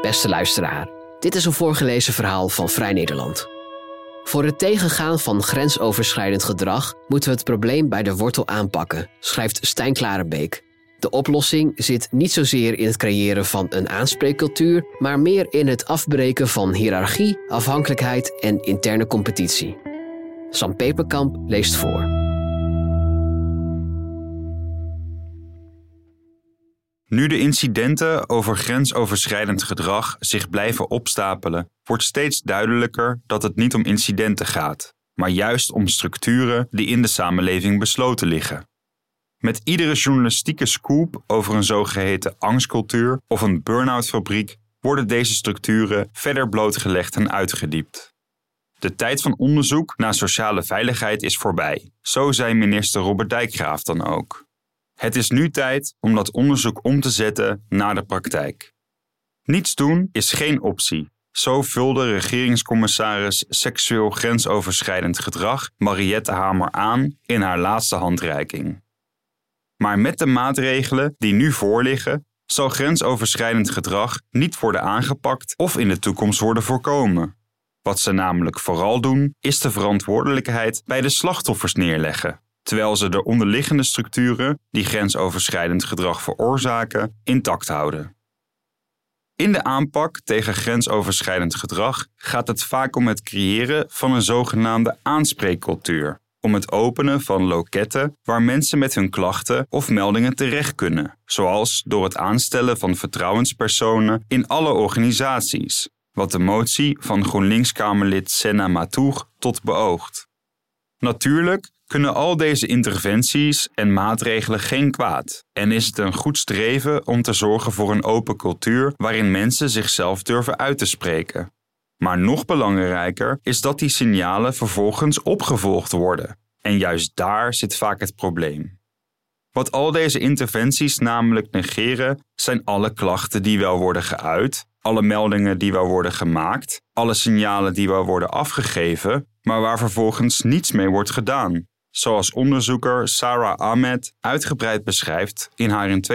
Beste luisteraar, dit is een voorgelezen verhaal van Vrij Nederland. Voor het tegengaan van grensoverschrijdend gedrag moeten we het probleem bij de wortel aanpakken, schrijft Stijn Klarenbeek. De oplossing zit niet zozeer in het creëren van een aanspreekcultuur, maar meer in het afbreken van hiërarchie, afhankelijkheid en interne competitie. Sam Peperkamp leest voor. Nu de incidenten over grensoverschrijdend gedrag zich blijven opstapelen, wordt steeds duidelijker dat het niet om incidenten gaat, maar juist om structuren die in de samenleving besloten liggen. Met iedere journalistieke scoop over een zogeheten angstcultuur of een burn-out fabriek worden deze structuren verder blootgelegd en uitgediept. De tijd van onderzoek naar sociale veiligheid is voorbij, zo zei minister Robert Dijkgraaf dan ook. Het is nu tijd om dat onderzoek om te zetten naar de praktijk. Niets doen is geen optie, zo vulde regeringscommissaris seksueel grensoverschrijdend gedrag Mariette Hamer aan in haar laatste handreiking. Maar met de maatregelen die nu voorliggen, zal grensoverschrijdend gedrag niet worden aangepakt of in de toekomst worden voorkomen. Wat ze namelijk vooral doen, is de verantwoordelijkheid bij de slachtoffers neerleggen, terwijl ze de onderliggende structuren die grensoverschrijdend gedrag veroorzaken intact houden. In de aanpak tegen grensoverschrijdend gedrag gaat het vaak om het creëren van een zogenaamde aanspreekcultuur, om het openen van loketten waar mensen met hun klachten of meldingen terecht kunnen, zoals door het aanstellen van vertrouwenspersonen in alle organisaties, wat de motie van GroenLinks-Kamerlid Senna Matoeg tot beoogt. Natuurlijk kunnen al deze interventies en maatregelen geen kwaad en is het een goed streven om te zorgen voor een open cultuur waarin mensen zichzelf durven uit te spreken. Maar nog belangrijker is dat die signalen vervolgens opgevolgd worden. En juist daar zit vaak het probleem. Wat al deze interventies namelijk negeren, zijn alle klachten die wel worden geuit, alle meldingen die wel worden gemaakt, alle signalen die wel worden afgegeven, maar waar vervolgens niets mee wordt gedaan. Zoals onderzoeker Sarah Ahmed uitgebreid beschrijft in haar in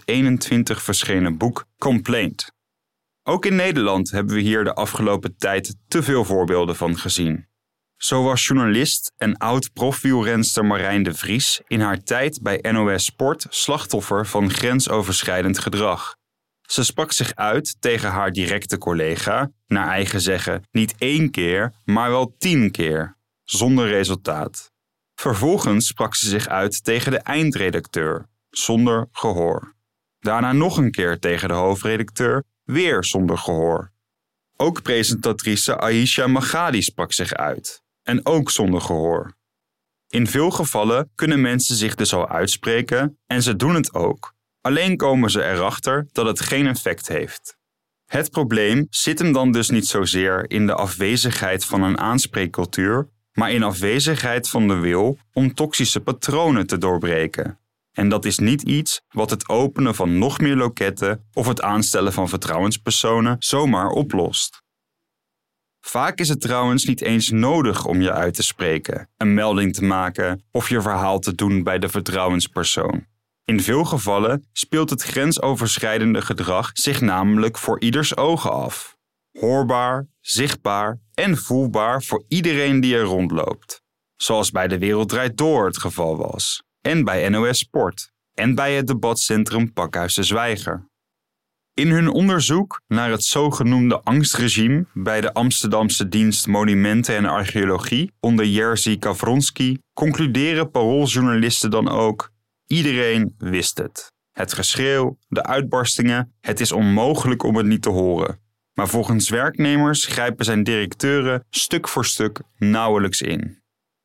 2021 verschenen boek Complaint. Ook in Nederland hebben we hier de afgelopen tijd te veel voorbeelden van gezien. Zo was journalist en oud-profwielrenster Marijn de Vries in haar tijd bij NOS Sport slachtoffer van grensoverschrijdend gedrag. Ze sprak zich uit tegen haar directe collega, naar eigen zeggen niet 1 keer, maar wel 10 keer, zonder resultaat. Vervolgens sprak ze zich uit tegen de eindredacteur, zonder gehoor. Daarna nog een keer tegen de hoofdredacteur, weer zonder gehoor. Ook presentatrice Aisha Maghadi sprak zich uit, en ook zonder gehoor. In veel gevallen kunnen mensen zich dus al uitspreken en ze doen het ook. Alleen komen ze erachter dat het geen effect heeft. Het probleem zit hem dan dus niet zozeer in de afwezigheid van een aanspreekcultuur, maar in afwezigheid van de wil om toxische patronen te doorbreken. En dat is niet iets wat het openen van nog meer loketten of het aanstellen van vertrouwenspersonen zomaar oplost. Vaak is het trouwens niet eens nodig om je uit te spreken, een melding te maken of je verhaal te doen bij de vertrouwenspersoon. In veel gevallen speelt het grensoverschrijdende gedrag zich namelijk voor ieders ogen af. Hoorbaar, zichtbaar en voelbaar voor iedereen die er rondloopt. Zoals bij De Wereld Draait Door het geval was. En bij NOS Sport. En bij het debatcentrum Pakhuis de Zwijger. In hun onderzoek naar het zogenoemde angstregime bij de Amsterdamse dienst Monumenten en Archeologie onder Jerzy Kawronski concluderen parooljournalisten dan ook: iedereen wist het. Het geschreeuw, de uitbarstingen, het is onmogelijk om het niet te horen. Maar volgens werknemers grijpen zijn directeuren stuk voor stuk nauwelijks in.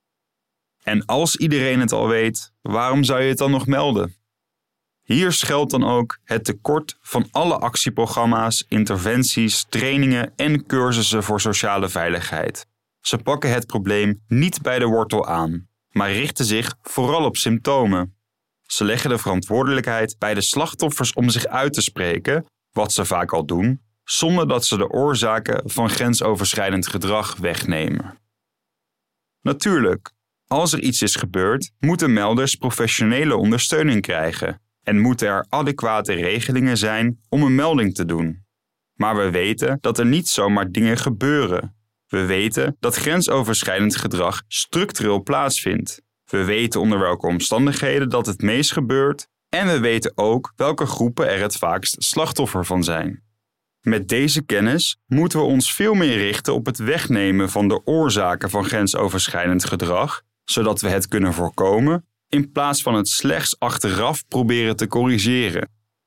En als iedereen het al weet, waarom zou je het dan nog melden? Hier schuilt dan ook het tekort van alle actieprogramma's, interventies, trainingen en cursussen voor sociale veiligheid. Ze pakken het probleem niet bij de wortel aan, maar richten zich vooral op symptomen. Ze leggen de verantwoordelijkheid bij de slachtoffers om zich uit te spreken, wat ze vaak al doen, zonder dat ze de oorzaken van grensoverschrijdend gedrag wegnemen. Natuurlijk, als er iets is gebeurd, moeten melders professionele ondersteuning krijgen en moeten er adequate regelingen zijn om een melding te doen. Maar we weten dat er niet zomaar dingen gebeuren. We weten dat grensoverschrijdend gedrag structureel plaatsvindt. We weten onder welke omstandigheden dat het meest gebeurt en we weten ook welke groepen er het vaakst slachtoffer van zijn. Met deze kennis moeten we ons veel meer richten op het wegnemen van de oorzaken van grensoverschrijdend gedrag, zodat we het kunnen voorkomen, in plaats van het slechts achteraf proberen te corrigeren.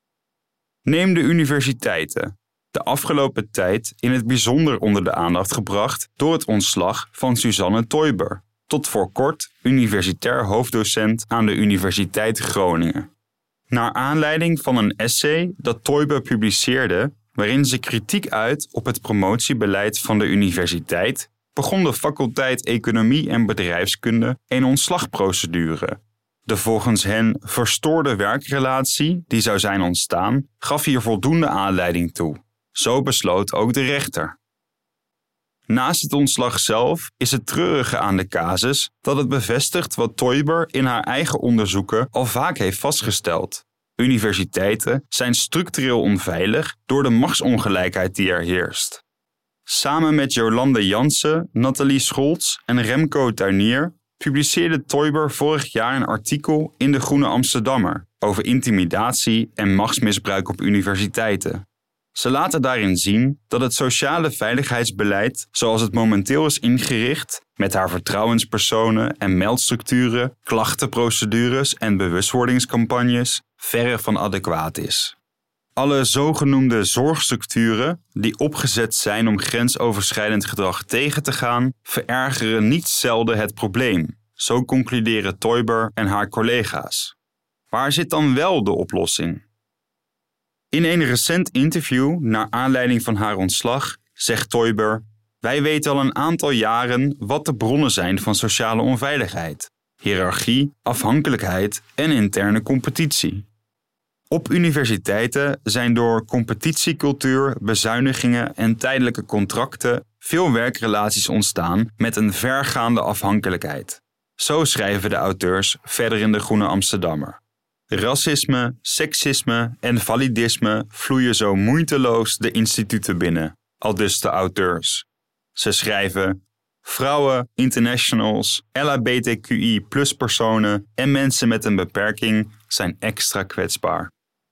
Neem de universiteiten. De afgelopen tijd in het bijzonder onder de aandacht gebracht door het ontslag van Suzanne Teuber, tot voor kort universitair hoofddocent aan de Universiteit Groningen. Naar aanleiding van een essay dat Teuber publiceerde, waarin ze kritiek uit op het promotiebeleid van de universiteit, begon de faculteit Economie en Bedrijfskunde een ontslagprocedure. De volgens hen verstoorde werkrelatie die zou zijn ontstaan, gaf hier voldoende aanleiding toe. Zo besloot ook de rechter. Naast het ontslag zelf is het treurige aan de casus dat het bevestigt wat Teuber in haar eigen onderzoeken al vaak heeft vastgesteld. Universiteiten zijn structureel onveilig door de machtsongelijkheid die er heerst. Samen met Jolande Jansen, Nathalie Scholz en Remco Tuinier publiceerde Teuber vorig jaar een artikel in de Groene Amsterdammer over intimidatie en machtsmisbruik op universiteiten. Ze laten daarin zien dat het sociale veiligheidsbeleid, zoals het momenteel is ingericht, met haar vertrouwenspersonen en meldstructuren, klachtenprocedures en bewustwordingscampagnes, verre van adequaat is. Alle zogenoemde zorgstructuren die opgezet zijn om grensoverschrijdend gedrag tegen te gaan, verergeren niet zelden het probleem. Zo concluderen Teuber en haar collega's. Waar zit dan wel de oplossing? In een recent interview naar aanleiding van haar ontslag zegt Teuber: wij weten al een aantal jaren wat de bronnen zijn van sociale onveiligheid, hiërarchie, afhankelijkheid en interne competitie. Op universiteiten zijn door competitiecultuur, bezuinigingen en tijdelijke contracten veel werkrelaties ontstaan met een vergaande afhankelijkheid. Zo schrijven de auteurs verder in de Groene Amsterdammer. Racisme, seksisme en validisme vloeien zo moeiteloos de instituten binnen, aldus de auteurs. Ze schrijven: vrouwen, internationals, LHBTQI+-personen en mensen met een beperking zijn extra kwetsbaar.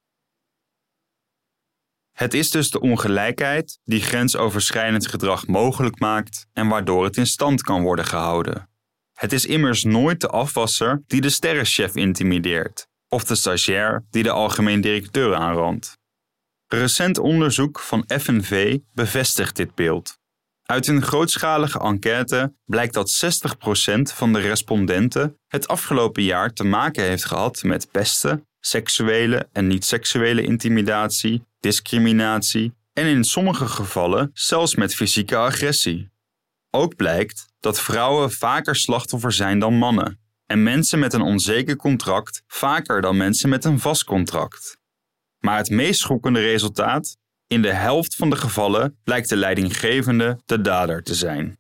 Het is dus de ongelijkheid die grensoverschrijdend gedrag mogelijk maakt en waardoor het in stand kan worden gehouden. Het is immers nooit de afwasser die de sterrenchef intimideert, of de stagiair die de algemeen directeur aanrandt. Recent onderzoek van FNV bevestigt dit beeld. Uit een grootschalige enquête blijkt dat 60% van de respondenten het afgelopen jaar te maken heeft gehad met pesten, seksuele en niet-seksuele intimidatie, discriminatie en in sommige gevallen zelfs met fysieke agressie. Ook blijkt dat vrouwen vaker slachtoffer zijn dan mannen en mensen met een onzeker contract vaker dan mensen met een vast contract. Maar het meest schokkende resultaat: in de helft van de gevallen blijkt de leidinggevende de dader te zijn.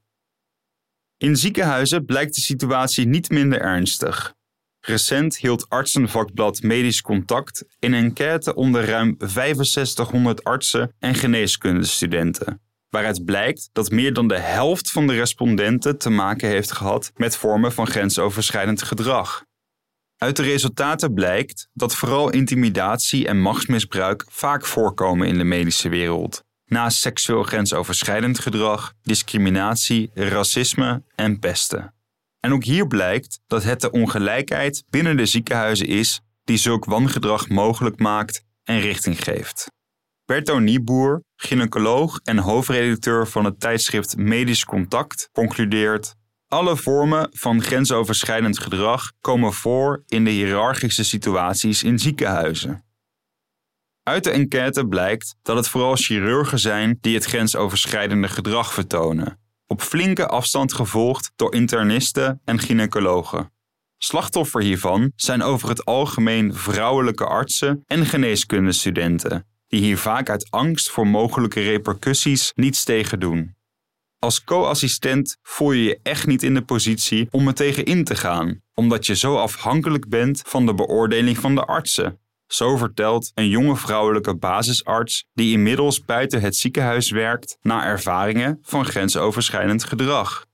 In ziekenhuizen blijkt de situatie niet minder ernstig. Recent hield artsenvakblad Medisch Contact een enquête onder ruim 6500 artsen en geneeskundestudenten, waaruit blijkt dat meer dan de helft van de respondenten te maken heeft gehad met vormen van grensoverschrijdend gedrag. Uit de resultaten blijkt dat vooral intimidatie en machtsmisbruik vaak voorkomen in de medische wereld, naast seksueel grensoverschrijdend gedrag, discriminatie, racisme en pesten. En ook hier blijkt dat het de ongelijkheid binnen de ziekenhuizen is die zulk wangedrag mogelijk maakt en richting geeft. Berto Nieboer, gynaecoloog en hoofdredacteur van het tijdschrift Medisch Contact, concludeert: alle vormen van grensoverschrijdend gedrag komen voor in de hiërarchische situaties in ziekenhuizen. Uit de enquête blijkt dat het vooral chirurgen zijn die het grensoverschrijdende gedrag vertonen, op flinke afstand gevolgd door internisten en gynaecologen. Slachtoffer hiervan zijn over het algemeen vrouwelijke artsen en geneeskundestudenten, die hier vaak uit angst voor mogelijke repercussies niets tegen doen. Als co-assistent voel je je echt niet in de positie om er tegen in te gaan, omdat je zo afhankelijk bent van de beoordeling van de artsen. Zo vertelt een jonge vrouwelijke basisarts die inmiddels buiten het ziekenhuis werkt naar ervaringen van grensoverschrijdend gedrag.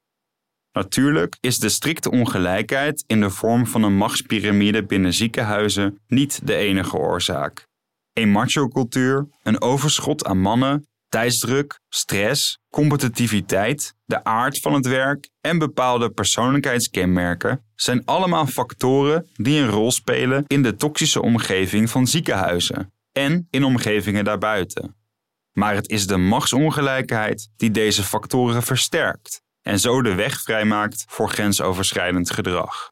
Natuurlijk is de strikte ongelijkheid in de vorm van een machtspyramide binnen ziekenhuizen niet de enige oorzaak. Een macho-cultuur, een overschot aan mannen, tijdsdruk, stress, competitiviteit, de aard van het werk en bepaalde persoonlijkheidskenmerken zijn allemaal factoren die een rol spelen in de toxische omgeving van ziekenhuizen en in omgevingen daarbuiten. Maar het is de machtsongelijkheid die deze factoren versterkt en zo de weg vrijmaakt voor grensoverschrijdend gedrag.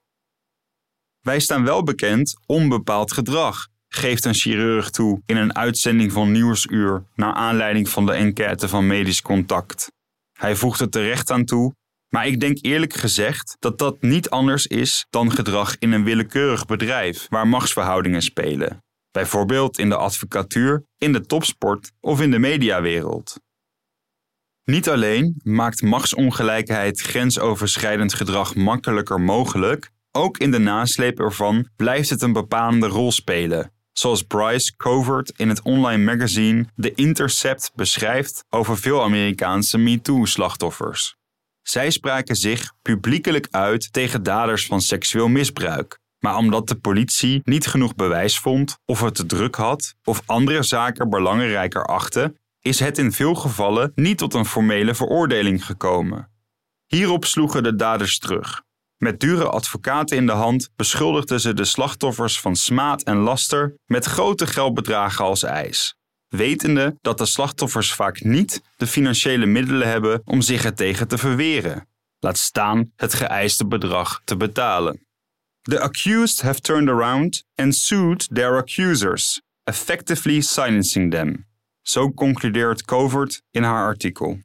Wij staan wel bekend onbepaald gedrag, geeft een chirurg toe in een uitzending van Nieuwsuur naar aanleiding van de enquête van Medisch Contact. Hij voegt er terecht aan toe, maar ik denk eerlijk gezegd dat dat niet anders is dan gedrag in een willekeurig bedrijf waar machtsverhoudingen spelen. Bijvoorbeeld in de advocatuur, in de topsport of in de mediawereld. Niet alleen maakt machtsongelijkheid grensoverschrijdend gedrag makkelijker mogelijk, ook in de nasleep ervan blijft het een bepalende rol spelen, zoals Bryce Covert in het online magazine The Intercept beschrijft over veel Amerikaanse MeToo-slachtoffers. Zij spraken zich publiekelijk uit tegen daders van seksueel misbruik, maar omdat de politie niet genoeg bewijs vond of het te druk had of andere zaken belangrijker achtte, is het in veel gevallen niet tot een formele veroordeling gekomen. Hierop sloegen de daders terug. Met dure advocaten in de hand beschuldigden ze de slachtoffers van smaad en laster met grote geldbedragen als eis, wetende dat de slachtoffers vaak niet de financiële middelen hebben om zich ertegen te verweren, laat staan het geëiste bedrag te betalen. The accused have turned around and sued their accusers, effectively silencing them. Zo concludeert Covert in haar artikel.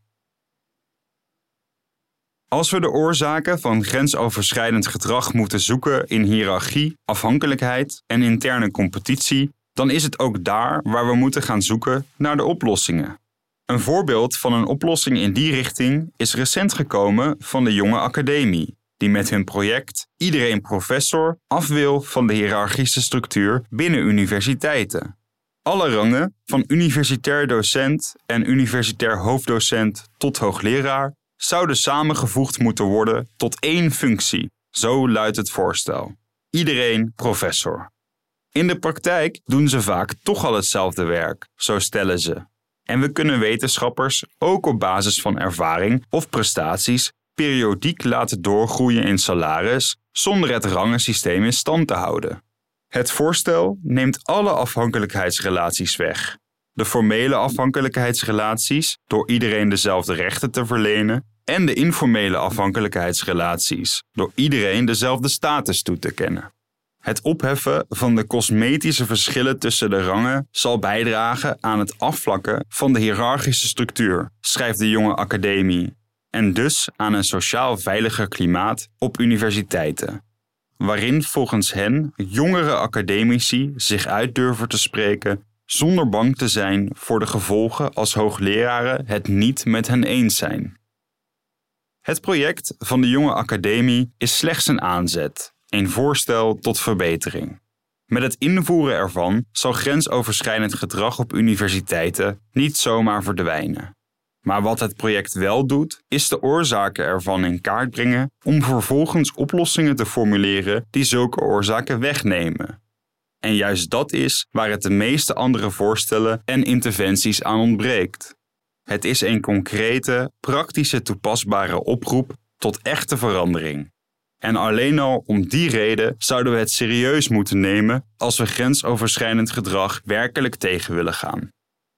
Als we de oorzaken van grensoverschrijdend gedrag moeten zoeken in hiërarchie, afhankelijkheid en interne competitie, dan is het ook daar waar we moeten gaan zoeken naar de oplossingen. Een voorbeeld van een oplossing in die richting is recent gekomen van de Jonge Academie, die met hun project Iedereen Professor af wil van de hiërarchische structuur binnen universiteiten. Alle rangen, van universitair docent en universitair hoofddocent tot hoogleraar, zouden samengevoegd moeten worden tot één functie. Zo luidt het voorstel. Iedereen professor. In de praktijk doen ze vaak toch al hetzelfde werk, zo stellen ze. En we kunnen wetenschappers ook op basis van ervaring of prestaties periodiek laten doorgroeien in salaris zonder het rangensysteem in stand te houden. Het voorstel neemt alle afhankelijkheidsrelaties weg. De formele afhankelijkheidsrelaties door iedereen dezelfde rechten te verlenen en de informele afhankelijkheidsrelaties door iedereen dezelfde status toe te kennen. Het opheffen van de cosmetische verschillen tussen de rangen zal bijdragen aan het afvlakken van de hiërarchische structuur, schrijft de Jonge Academie, en dus aan een sociaal veiliger klimaat op universiteiten, waarin volgens hen jongere academici zich uit durven te spreken zonder bang te zijn voor de gevolgen als hoogleraren het niet met hen eens zijn. Het project van de Jonge Academie is slechts een aanzet, een voorstel tot verbetering. Met het invoeren ervan zal grensoverschrijdend gedrag op universiteiten niet zomaar verdwijnen. Maar wat het project wel doet, is de oorzaken ervan in kaart brengen om vervolgens oplossingen te formuleren die zulke oorzaken wegnemen. En juist dat is waar het de meeste andere voorstellen en interventies aan ontbreekt. Het is een concrete, praktische toepasbare oproep tot echte verandering. En alleen al om die reden zouden we het serieus moeten nemen als we grensoverschrijdend gedrag werkelijk tegen willen gaan.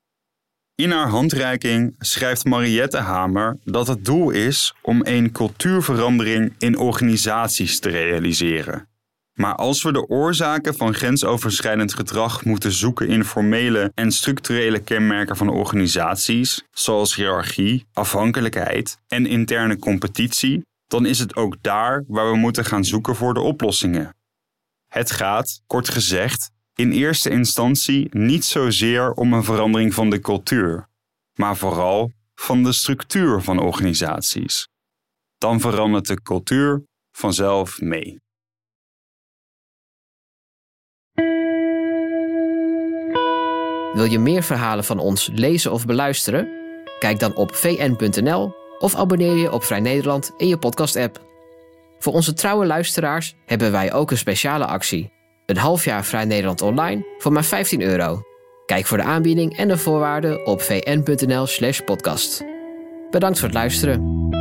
In haar handreiking schrijft Mariette Hamer dat het doel is om een cultuurverandering in organisaties te realiseren. Maar als we de oorzaken van grensoverschrijdend gedrag moeten zoeken in formele en structurele kenmerken van organisaties, zoals hiërarchie, afhankelijkheid en interne competitie, dan is het ook daar waar we moeten gaan zoeken voor de oplossingen. Het gaat, kort gezegd, in eerste instantie niet zozeer om een verandering van de cultuur, maar vooral van de structuur van organisaties. Dan verandert de cultuur vanzelf mee. Wil je meer verhalen van ons lezen of beluisteren? Kijk dan op vn.nl of abonneer je op Vrij Nederland in je podcast-app. Voor onze trouwe luisteraars hebben wij ook een speciale actie. Een half jaar Vrij Nederland online voor maar €15. Kijk voor de aanbieding en de voorwaarden op vn.nl/podcast. Bedankt voor het luisteren.